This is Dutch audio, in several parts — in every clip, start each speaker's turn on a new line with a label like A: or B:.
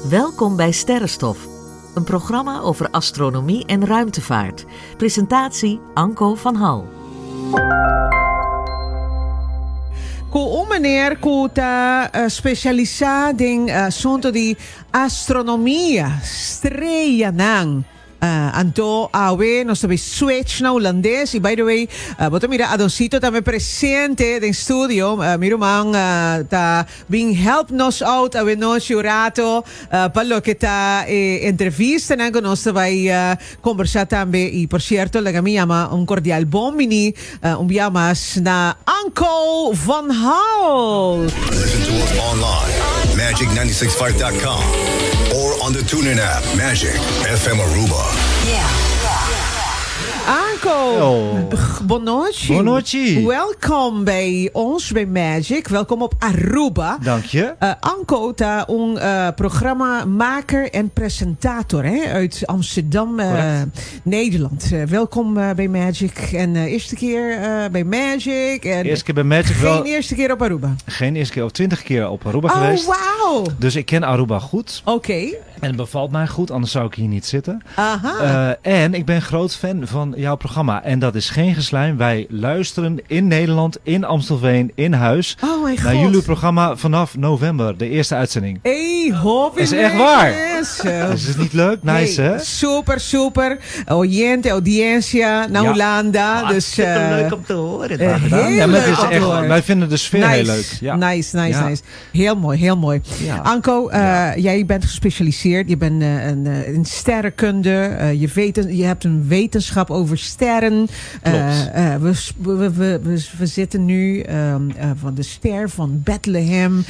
A: Welkom bij Sterrenstof, een programma over astronomie en ruimtevaart. Presentatie Anko van Hal.
B: Meneer, specialisading zonto di astronomia, streyanang. Anto awe no sabi switch na holandês. E by the way, boto mira Adoncito também presente em studio. Miro mang ta being help nos out awe no churato palo que ta entrevista na conosco vai conversar também. E por cierto, la mi llama un cordial bom mini biamas na Anko van Hal.
C: Listen to us online, magic965.com, or on the TuneIn app, Magic FM Aruba.
B: Anko, Bonoci.
D: Bonoci.
B: Welkom bij ons, bij Magic. Welkom op Aruba.
D: Dank je.
B: Anko, een programmamaker en presentator uit Amsterdam, Nederland. Welkom bij Magic. En eerste keer bij Magic. En
D: eerste keer bij Magic
B: geen
D: wel.
B: Eerste keer op Aruba.
D: Geen eerste keer, of 20 keer op Aruba geweest.
B: Oh, wauw.
D: Dus ik ken Aruba goed.
B: Oké.
D: En het bevalt mij goed, anders zou ik hier niet zitten.
B: Aha.
D: En ik ben groot fan van jouw programma. En dat is geen geslijm. Wij luisteren in Nederland, in Amstelveen, in huis.
B: Oh mijn
D: naar
B: god.
D: jullie programma vanaf november, de eere uitzending.
B: Hey, hoop
D: is echt waar.
B: Dus
D: is het niet leuk? Nice, hè?
B: Super, super. Oyente, audiencia, naar Hollanda. Dus
E: leuk om te horen.
B: Heel
D: maar het is
B: leuk
D: echt, wij vinden de sfeer heel leuk. Ja.
B: Nice. Heel mooi, heel mooi.
D: Ja.
B: Anko, jij bent gespecialiseerd. Je bent in sterrenkunde. Je hebt een wetenschap over sterren. We zitten nu van de ster van Bethlehem.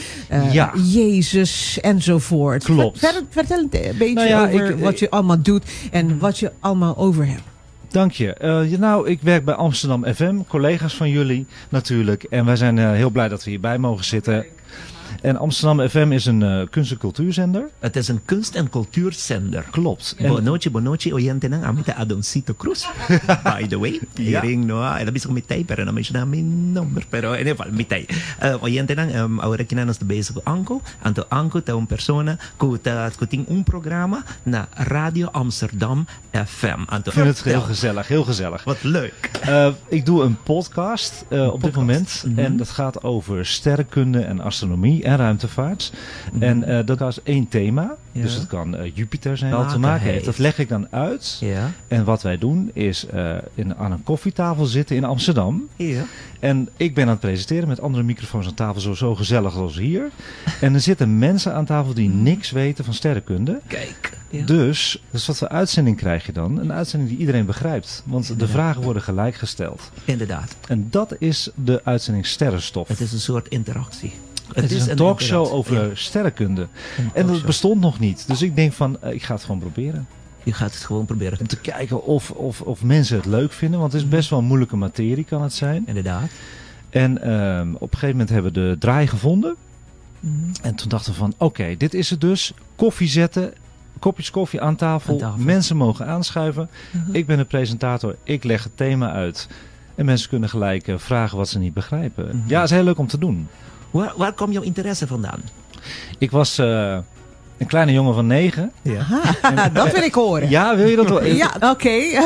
B: Jezus enzovoort.
D: Klopt.
B: Vertel een beetje over wat je allemaal doet en wat je allemaal over hebt.
D: Dank je. Ik werk bij Amsterdam FM, collega's van jullie natuurlijk. En wij zijn heel blij dat we hierbij mogen zitten. En Amsterdam FM is een kunst- en cultuurzender.
E: Het is een kunst- en cultuurzender.
D: Klopt.
E: Bonoci, oyente ng amita Adoncito Cruz. By the way, hearing no, alam ko mitay pero na may namin number pero in ieder geval mitay. Oyente ng ahora kinanos de bezig ko Anko, anto Anko ta un persona kuting un programa na Radio Amsterdam FM.
D: Ik vind het heel gezellig.
E: Wat leuk.
D: Ik doe een podcast op dit moment. Mm-hmm. En dat gaat over sterrenkunde en astronomie en ruimtevaart. Mm-hmm. En dat is één thema. Ja. Dus het kan Jupiter zijn. Wat te maken heeft. Dat leg ik dan uit. Ja. En wat wij doen is aan een koffietafel zitten in Amsterdam. Ja. En ik ben aan het presenteren met andere microfoons aan tafel. Zo gezellig als hier. En er zitten mensen aan tafel die niks weten van sterrenkunde.
E: Kijk. Ja.
D: Dus wat voor uitzending krijg je dan? Een uitzending die iedereen begrijpt. Want de vragen worden gelijk gesteld.
E: Inderdaad.
D: En dat is de uitzending Sterrenstof.
E: Het is een soort interactie.
D: Het is een talkshow over sterrenkunde. En dat bestond nog niet. Dus ik denk van, ik ga het gewoon proberen.
E: Je gaat het gewoon proberen.
D: Om te kijken of mensen het leuk vinden. Want het is best wel een moeilijke materie, kan het zijn.
E: Inderdaad.
D: En op een gegeven moment hebben we de draai gevonden. Mm-hmm. En toen dachten we van, oké, dit is het dus. Koffie zetten. Kopjes koffie aan tafel. Mensen mogen aanschuiven. Uh-huh. Ik ben de presentator. Ik leg het thema uit. En mensen kunnen gelijk vragen wat ze niet begrijpen. Uh-huh. Ja, het is heel leuk om te doen.
E: Waar komt jouw interesse vandaan?
D: Ik was een kleine jongen van 9.
B: Ja. Dat wil ik horen.
D: Ja, wil je dat wel?
B: Ja, oké.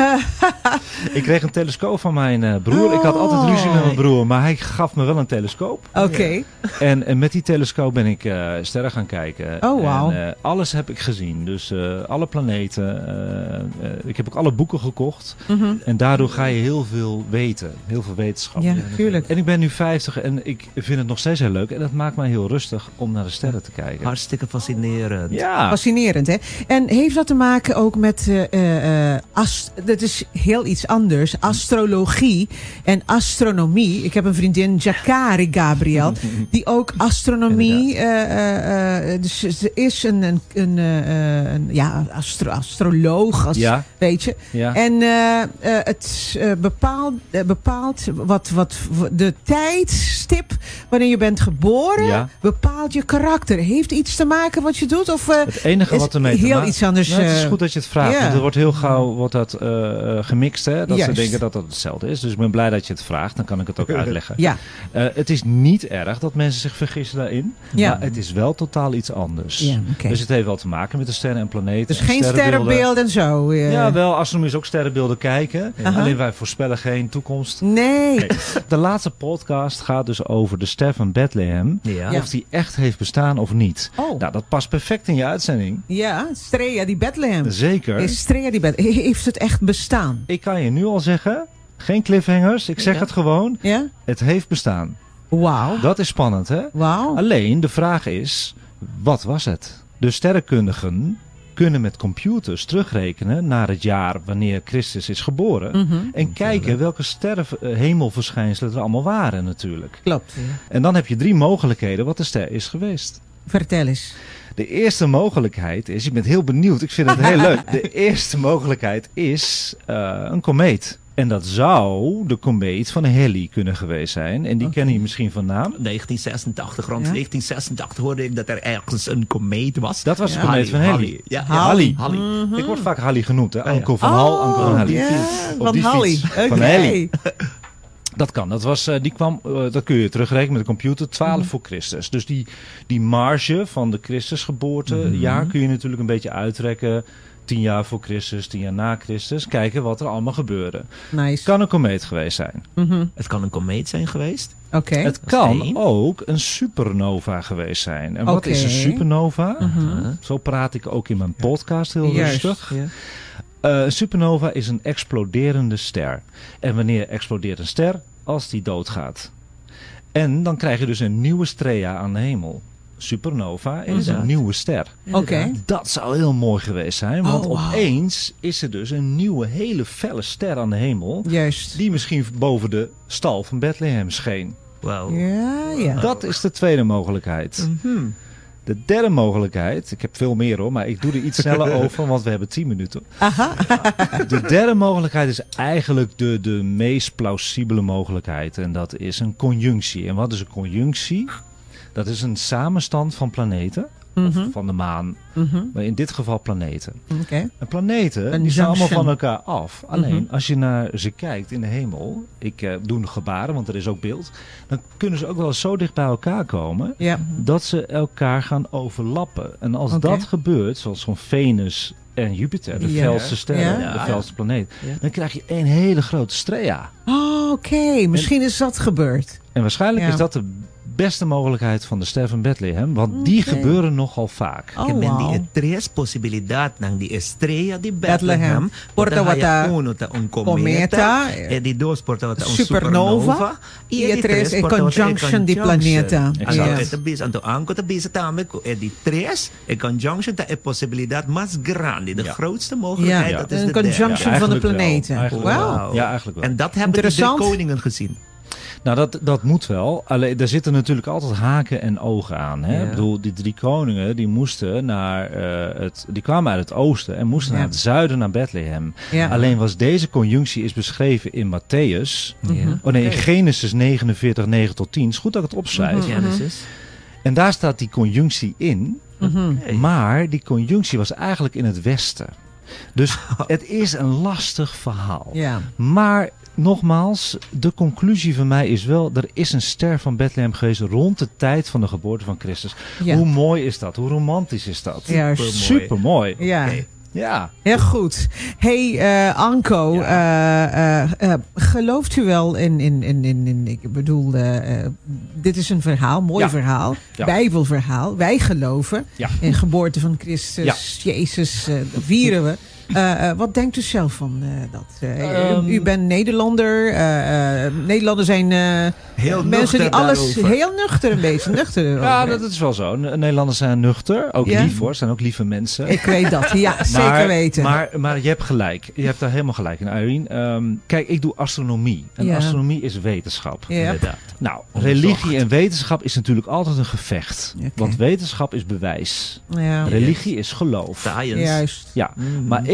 D: Ik kreeg een telescoop van mijn broer. Ik had altijd ruzie met mijn broer, maar hij gaf me wel een telescoop.
B: Oké.
D: En met die telescoop ben ik sterren gaan kijken.
B: Oh, wauw.
D: En alles heb ik gezien. Dus alle planeten. Ik heb ook alle boeken gekocht. Mm-hmm. En daardoor ga je heel veel weten. Heel veel wetenschap.
B: Ja, tuurlijk.
D: En ik ben nu 50 en ik vind het nog steeds heel leuk. En dat maakt mij heel rustig om naar de sterren te kijken.
E: Hartstikke fascinerend.
D: Ja.
B: Fascinerend, hè? En heeft dat te maken ook met... dat is heel iets anders. Astrologie en astronomie. Ik heb een vriendin, Jacari Gabriel, die ook astronomie... dus ze is een astroloog, weet je. Ja. En het bepaalt wat de tijdstip wanneer je bent geboren, bepaalt je karakter. Heeft iets te maken wat je doet? Of
D: het enige
B: is
D: wat ermee te
B: heel
D: maken...
B: iets anders?
D: Nou, het is goed dat je het vraagt.
B: ja.
D: Want er wordt heel gauw gemixt. Hè, dat
B: Juist.
D: ze denken dat het hetzelfde is. Dus ik ben blij dat je het vraagt. Dan kan ik het ook uitleggen.
B: Ja.
D: Het is niet erg dat mensen zich vergissen daarin.
B: Ja.
D: Maar het is wel totaal iets anders.
B: Ja, oké.
D: Dus het heeft wel te maken met de sterren en planeten.
B: Dus
D: en
B: geen sterrenbeeld en zo?
D: Ja, wel. Astronomie is ook sterrenbeelden kijken.
B: Aha.
D: Alleen wij voorspellen geen toekomst.
B: Nee.
D: De laatste podcast gaat dus over de ster van Bethlehem.
E: Ja.
B: Ja.
D: Of die echt heeft bestaan of niet.
B: Oh.
D: Nou, dat past perfect in je uitzending.
B: Ja, Strea die Bethlehem.
D: Zeker.
B: Is Strea die Bethlehem. Heeft het echt bestaan?
D: Ik kan je nu al zeggen, geen cliffhangers. Ik zeg
E: Ja.
D: het gewoon.
B: Ja?
D: Het heeft bestaan.
B: Wauw.
D: Dat is spannend, hè?
B: Wauw.
D: Alleen, de vraag is, wat was het? De sterrenkundigen kunnen met computers terugrekenen naar het jaar wanneer Christus is geboren. En kijken welke sterrenhemelverschijnselen er allemaal waren natuurlijk.
B: Klopt.
D: En dan heb je 3 mogelijkheden wat de ster is geweest.
B: Vertel eens.
D: De eerste mogelijkheid is, je bent heel benieuwd, ik vind het heel leuk. De eerste mogelijkheid is een komeet. En dat zou de komeet van Halley kunnen geweest zijn. En die kennen je misschien van naam.
E: 1986, rond
B: Ja?
E: 1986 hoorde ik dat er ergens een komeet was.
D: Dat was de komeet van Halley.
E: Ja,
D: Halley.
E: Halley.
D: Ik word vaak Halley genoemd, hè?
E: ja.
D: Anko van Hal, Anko van Halley.
B: Ja,
D: Op
B: van
D: die
B: Halley.
D: fiets.
B: Oké.
D: Van Halley. Dat kan. Die kwam, dat kun je terugrekenen met de computer, 12 voor Christus. Dus die marge van de Christusgeboortejaar kun je natuurlijk een beetje uittrekken. 10 jaar voor Christus, 10 jaar na Christus. Kijken wat er allemaal gebeurde.
B: Nice.
D: Kan een komeet geweest zijn.
E: Het kan een komeet zijn geweest.
B: Oké.
D: Het
E: Dat is
D: kan
E: één.
D: ook een supernova geweest zijn. En wat
B: Oké.
D: is een supernova? Zo praat ik ook in mijn podcast heel
B: Juist.
D: rustig.
E: Ja.
D: Een supernova is een exploderende ster. En wanneer explodeert een ster? Als die doodgaat. En dan krijg je dus een nieuwe strea aan de hemel. Supernova is
E: Inderdaad.
D: een nieuwe ster.
B: Oké.
D: Dat zou heel mooi geweest zijn. Want
B: Oh, wauw.
D: opeens is er dus een nieuwe, hele felle ster aan de hemel.
B: Juist.
D: Die misschien boven de stal van Bethlehem scheen.
E: Wauw.
B: Ja, ja.
D: Dat is de tweede mogelijkheid. De derde mogelijkheid, ik heb veel meer hoor, maar ik doe er iets sneller over, want we hebben 10 minuten. De derde mogelijkheid is eigenlijk de meest plausibele mogelijkheid. En dat is een conjunctie. En wat is een conjunctie? Dat is een samenstand van planeten. Of van de maan. Maar in dit geval planeten.
B: Oké.
D: En planeten
B: Een
D: die staan allemaal
B: junction.
D: van elkaar af. Alleen als je naar ze kijkt in de hemel. Ik doe de gebaren, want er is ook beeld. Dan kunnen ze ook wel eens zo dicht bij elkaar komen.
B: Ja.
D: Dat ze elkaar gaan overlappen. En als
B: Oké.
D: dat gebeurt, zoals van Venus en Jupiter, de
B: Ja.
D: felste sterren,
B: Ja.
D: de felste planeet.
E: Ja.
D: Dan krijg je een hele grote strea.
B: Oh, oké. Misschien is dat gebeurd.
D: En waarschijnlijk
B: Ja.
D: is dat de beste mogelijkheid van de ster van Bethlehem. Want die gebeuren nogal vaak.
B: Oh,
E: Kemen
B: wow.
E: die tres posibilidad ng di estrella di
B: Bethlehem.
E: Bethlehem.
B: Porta wata
E: uno ta un
B: cometa,
E: cometa. E di dos porta wata un
B: supernova.
E: supernova.
B: E di tres e conjunction di planeta.
E: Also,
B: Yeah.
E: ito bis anto angko ta bisa tame ko e di tres e conjunction ta e posibilidad mas grande. De grootste mogelijkheid
B: Ja.
E: dat is
B: Een
E: de
B: conjunction
E: derde.
B: van de
D: eigenlijk wel.
B: planeten.
D: Eigenlijk
B: Wauw.
D: wel. Ja, eigenlijk wel.
E: En dat hebben de drie
B: Interessant.
E: koningen gezien.
D: Nou, dat moet wel. Alleen, daar zitten natuurlijk altijd haken en ogen aan. Hè?
E: Ja.
D: Ik bedoel, die 3 koningen die moesten die kwamen uit het oosten en moesten
B: Ja.
D: naar het zuiden, naar Bethlehem.
B: Ja.
D: Alleen was deze conjunctie is beschreven in Matthäus.
E: Ja.
D: Oh nee, in Genesis 49, 9 tot 10. Is goed dat ik het opschrijf.
E: Genesis.
D: En daar staat die conjunctie in.
E: Hey.
D: Maar die conjunctie was eigenlijk in het westen. Dus het is een lastig verhaal.
B: Ja.
D: Maar nogmaals, de conclusie van mij is wel, er is een ster van Bethlehem geweest rond de tijd van de geboorte van Christus.
B: Ja.
D: Hoe mooi is dat? Hoe romantisch is dat?
B: Juist.
D: Super mooi.
B: Ja.
E: Oké.
D: Ja.
B: Heel goed. Hey, Anko, gelooft u wel in ik bedoel, dit is een verhaal, mooi
D: Ja.
B: verhaal,
D: Ja.
B: Bijbelverhaal. Wij geloven
D: Ja.
B: in geboorte van Christus, Jezus, dat vieren we. Wat denkt u zelf van dat? U bent Nederlander. Nederlanders zijn
E: Heel
B: mensen
E: nuchter
B: die alles
E: daarover.
B: heel nuchter een beetje. Nuchter
D: Ja,
B: over.
D: dat is wel zo. Nederlanders zijn nuchter. Ook
B: Ja.
D: lief hoor. Zijn ook lieve mensen.
B: Ik weet dat, ja, zeker weten.
D: Maar je hebt gelijk. Je hebt daar helemaal gelijk in, Irene. Kijk, ik doe astronomie. En
B: Ja.
D: astronomie is wetenschap.
B: ja.
E: Inderdaad.
D: Nou,
E: Onderzocht.
D: religie en wetenschap is natuurlijk altijd een gevecht.
B: Oké.
D: Want wetenschap is bewijs.
B: Ja.
D: Religie is geloof.
E: Science.
B: Juist.
D: Ja, maar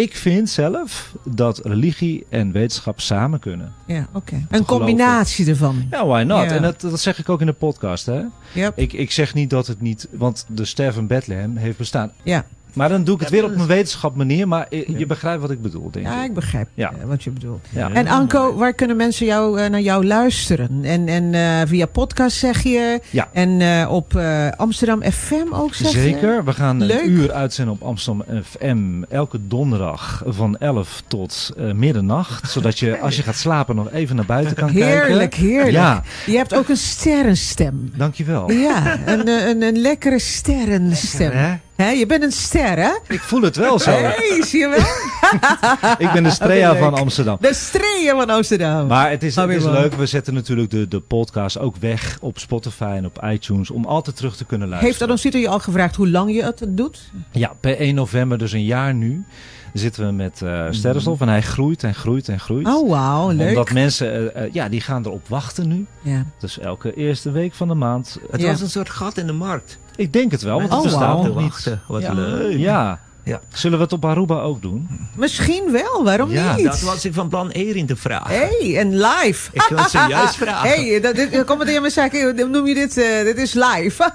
D: Ik vind zelf dat religie en wetenschap samen kunnen.
B: Ja, oké. Een combinatie ervan.
D: Ja, why not?
B: Ja.
D: En dat zeg ik ook in de podcast, hè?
B: Yep.
D: Ik zeg niet dat het niet... Want de ster van Bethlehem heeft bestaan.
B: Ja.
D: Maar dan doe ik het weer op een wetenschap manier. Maar je begrijpt wat ik bedoel, denk ik.
B: Ja, ik begrijp
D: Ja.
B: wat je bedoelt.
D: Ja.
B: En Anko, waar kunnen mensen naar jou luisteren? En via podcast zeg je?
D: Ja.
B: En op Amsterdam FM ook zeg je?
D: Zeker. We gaan
B: Leuk.
D: een uur uitzenden op Amsterdam FM. Elke donderdag van 11 tot middernacht. Zodat je, als je gaat slapen, nog even naar buiten kan kijken.
B: Heerlijk, heerlijk.
D: Ja.
B: Je hebt ook een sterrenstem.
D: Dankjewel.
B: Ja, een lekkere sterrenstem.
D: Hè?
B: Hè, je bent een ster, hè?
D: Ik voel het wel zo.
B: Hey, zie je wel?
D: Ik ben de Strea
B: Oké,
D: van
B: leuk.
D: Amsterdam.
B: De streeën van Amsterdam.
D: Maar het is
B: weer wel.
D: leuk. We zetten natuurlijk de podcast ook weg op Spotify en op iTunes. Om altijd terug te kunnen luisteren.
B: Heeft Adonsito je al gevraagd hoe lang je het doet?
D: Ja, per 1 november, dus een jaar nu, zitten we met Sterrenstof. En hij groeit en groeit en groeit.
B: Oh, wauw, leuk.
D: Omdat mensen, die gaan erop wachten nu.
B: Ja.
D: Dus elke eerste week van de maand.
E: Het
B: Ja.
E: was een soort gat in de markt.
D: Ik denk het wel, want het
B: Oh,
D: bestaat
B: wauw.
D: nog niet.
E: Wachten. Wat
D: Ja.
E: leuk.
D: Ja.
E: Ja.
D: Zullen we het op Aruba ook doen?
B: Misschien wel, waarom
D: Ja,
B: niet?
E: Dat was ik van plan Erin te vragen.
B: Hey, en live.
E: Ik wil serieus vragen.
B: Hey, kom meteen maar zeggen, noem je dit is live.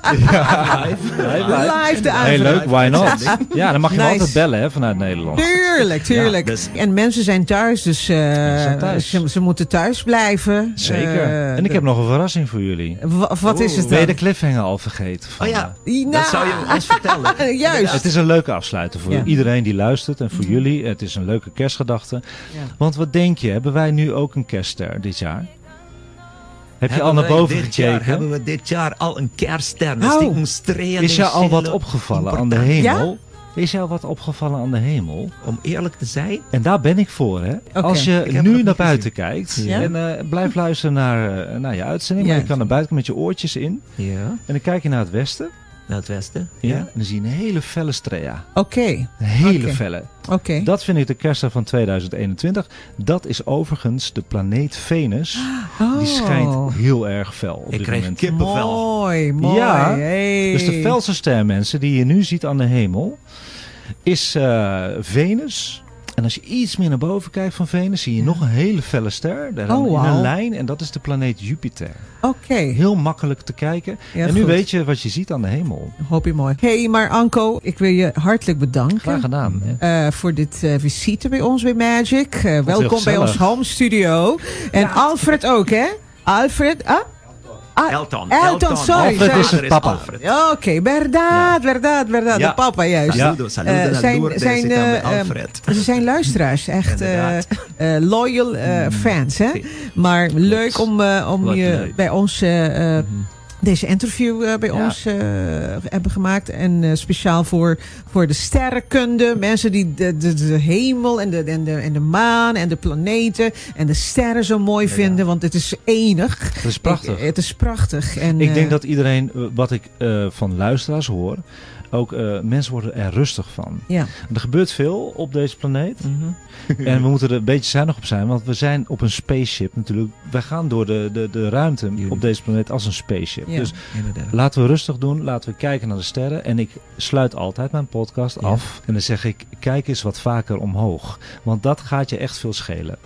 B: Live de
D: Heel leuk, why not? Ja, dan mag je me
B: Nice.
D: altijd bellen hè, vanuit Nederland.
B: Tuurlijk.
E: Ja, dus-
B: En mensen zijn thuis, dus
D: zijn thuis.
B: Ze moeten thuis blijven.
D: Zeker. En ik heb nog een verrassing voor jullie.
B: Wat is het
D: Ben je
B: dan?
D: de cliffhanger al vergeten? Van,
E: Oh ja,
B: Nou,
E: dat zou je ons vertellen.
B: Juist.
D: Het is een leuke afsluiter voor
B: Ja.
D: iedereen die luistert en voor jullie. Het is een leuke kerstgedachte.
B: Ja.
D: Want wat denk je, hebben wij nu ook een kerstster dit jaar? Heb je al
E: Hebben
D: naar
E: wij
D: boven
E: dit jaar-
D: gekeken?
E: Hebben we dit jaar al een kerstster?
B: Oh.
E: Dus die ons trainen
D: Is jou al wat
E: is
D: opgevallen aan de
E: important.
D: hemel? Is jou wat opgevallen aan de hemel?
E: Om eerlijk te zijn,
D: En daar ben ik voor, hè? Als je
E: Ik heb het
D: nu
E: nog
D: naar
E: niet
D: buiten kijkt
B: Ja.
D: en blijf luisteren naar je uitzending, maar
B: Ja.
D: je kan naar buiten met je oortjes in
E: ja,
D: en dan kijk je naar het westen,
E: naar het westen.
D: en dan zie je een hele felle strea.
B: Oké.
D: Een hele
B: Oké.
D: felle.
B: Oké.
D: Dat vind ik de kerstster van 2021. Dat is overigens de planeet Venus.
B: Oh.
D: Die schijnt heel erg fel op
E: Ik
D: dit
E: kreeg
D: moment.
E: kippenvel.
B: Mooi.
D: Ja,
B: Hey.
D: Dus de felste ster, mensen, die je nu ziet aan de hemel, is Venus. En als je iets meer naar boven kijkt van Venus, zie je nog een hele felle ster. Daar
B: Oh,
D: in
B: wauw.
D: een lijn. En dat is de planeet Jupiter.
B: Oké.
D: Heel makkelijk te kijken.
B: Ja,
D: en nu
B: goed.
D: weet je wat je ziet aan de hemel.
B: Hoop je mooi. Hey, maar Anko, ik wil je hartelijk bedanken.
D: Graag gedaan. Hè?
B: Voor dit visite bij ons bij Magic. Welkom bij
D: gezellig.
B: ons home studio. En Alfred ook, hè? Alfred?
E: Elton.
B: sorry.
D: Alfred is
E: Vader
D: het papa.
E: Alfred.
B: Oké, verdad.
D: Ja.
B: De papa, juist.
D: Ja.
E: Saludo naar Lourdes en bij Alfred.
B: Ze zijn luisteraars, echt
E: Inderdaad.
B: loyal fans, hè? Maar leuk om
E: Wat
B: je
E: leuk.
B: bij ons deze interview bij ons hebben gemaakt. En speciaal voor de sterrenkunde. Mensen die de hemel en de maan en de planeten en de sterren zo mooi vinden. Want het is enig.
D: Dat is prachtig.
B: Het is prachtig. En,
D: Ik denk dat iedereen, wat ik van luisteraars hoor, ook mensen worden er rustig van.
B: Ja.
D: Er gebeurt veel op deze planeet. En we moeten er een beetje zuinig op zijn. Want we zijn op een spaceship natuurlijk. We gaan door de ruimte op deze planeet als een spaceship.
B: Ja.
D: Dus
E: Inderdaad.
D: laten we rustig doen. Laten we kijken naar de sterren. En ik sluit altijd mijn podcast af. En dan zeg ik, kijk eens wat vaker omhoog. Want dat gaat je echt veel schelen.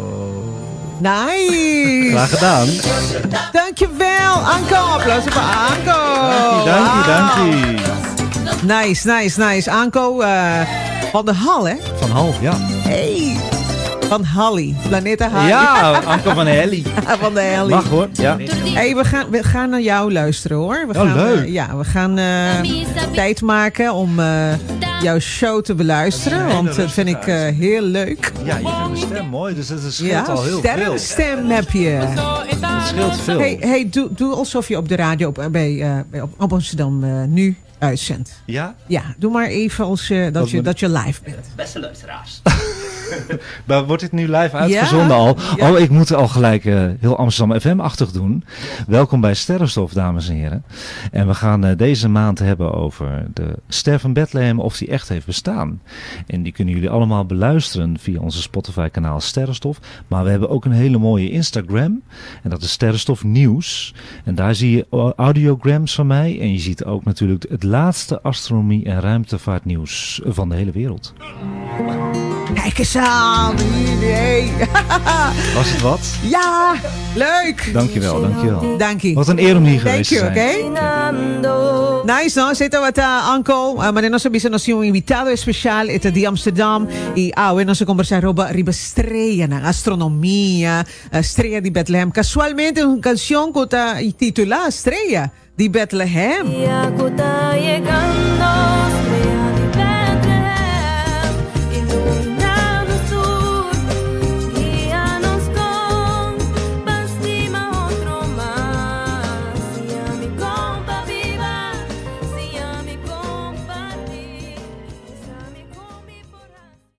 B: Nice.
D: Graag gedaan.
B: Dankjewel, Anko. Applaus voor Anko.
D: Dankie.
B: Nice. Anko van de Hal, hè?
D: Van half, ja.
B: Hey. Van Hallie. Planeta Hallie.
D: Ja, Anko van Helly.
B: Van de Hallie.
D: Mag hoor. Ja.
B: Hey, we gaan naar jou luisteren, hoor. We
D: Oh,
B: gaan,
D: leuk.
B: we gaan tijd maken om jouw show te beluisteren. Want dat vind ik heel leuk.
D: Ja, je vindt mijn stem mooi. Dus dat scheelt
B: Ja,
D: al heel veel.
B: sterrenstem heb je.
D: Het scheelt veel.
B: Hey, doe alsof je op de radio op Amsterdam nu uitzendt.
D: Ja?
B: Ja, doe maar even als dat je live bent.
E: Beste luisteraars.
D: Maar wordt dit nu live uitgezonden al?
B: Ja.
D: Oh, ik moet al gelijk heel Amsterdam FM-achtig doen. Welkom bij Sterrenstof, dames en heren. En we gaan deze maand hebben over de ster van Bethlehem, of die echt heeft bestaan. En die kunnen jullie allemaal beluisteren via onze Spotify-kanaal Sterrenstof. Maar we hebben ook een hele mooie Instagram. En dat is Sterrenstof Nieuws. En daar zie je audiograms van mij. En je ziet ook natuurlijk het laatste astronomie- en ruimtevaartnieuws van de hele wereld.
B: Kijk eens aan. Nee.
D: Was het wat?
B: Ja, leuk.
D: Dankjewel.
B: Dankie.
D: Wat een eer om hier geweest te
B: Thank
D: zijn.
B: you, okay? Nice, no? Zito wat Anko, maar nós sabemos um invitado especial ito de Amsterdam e nós conversar riba estreia na astronomia, estreia de Bethlehem. Casualmente uma canção que está titulada Estreia de Bethlehem.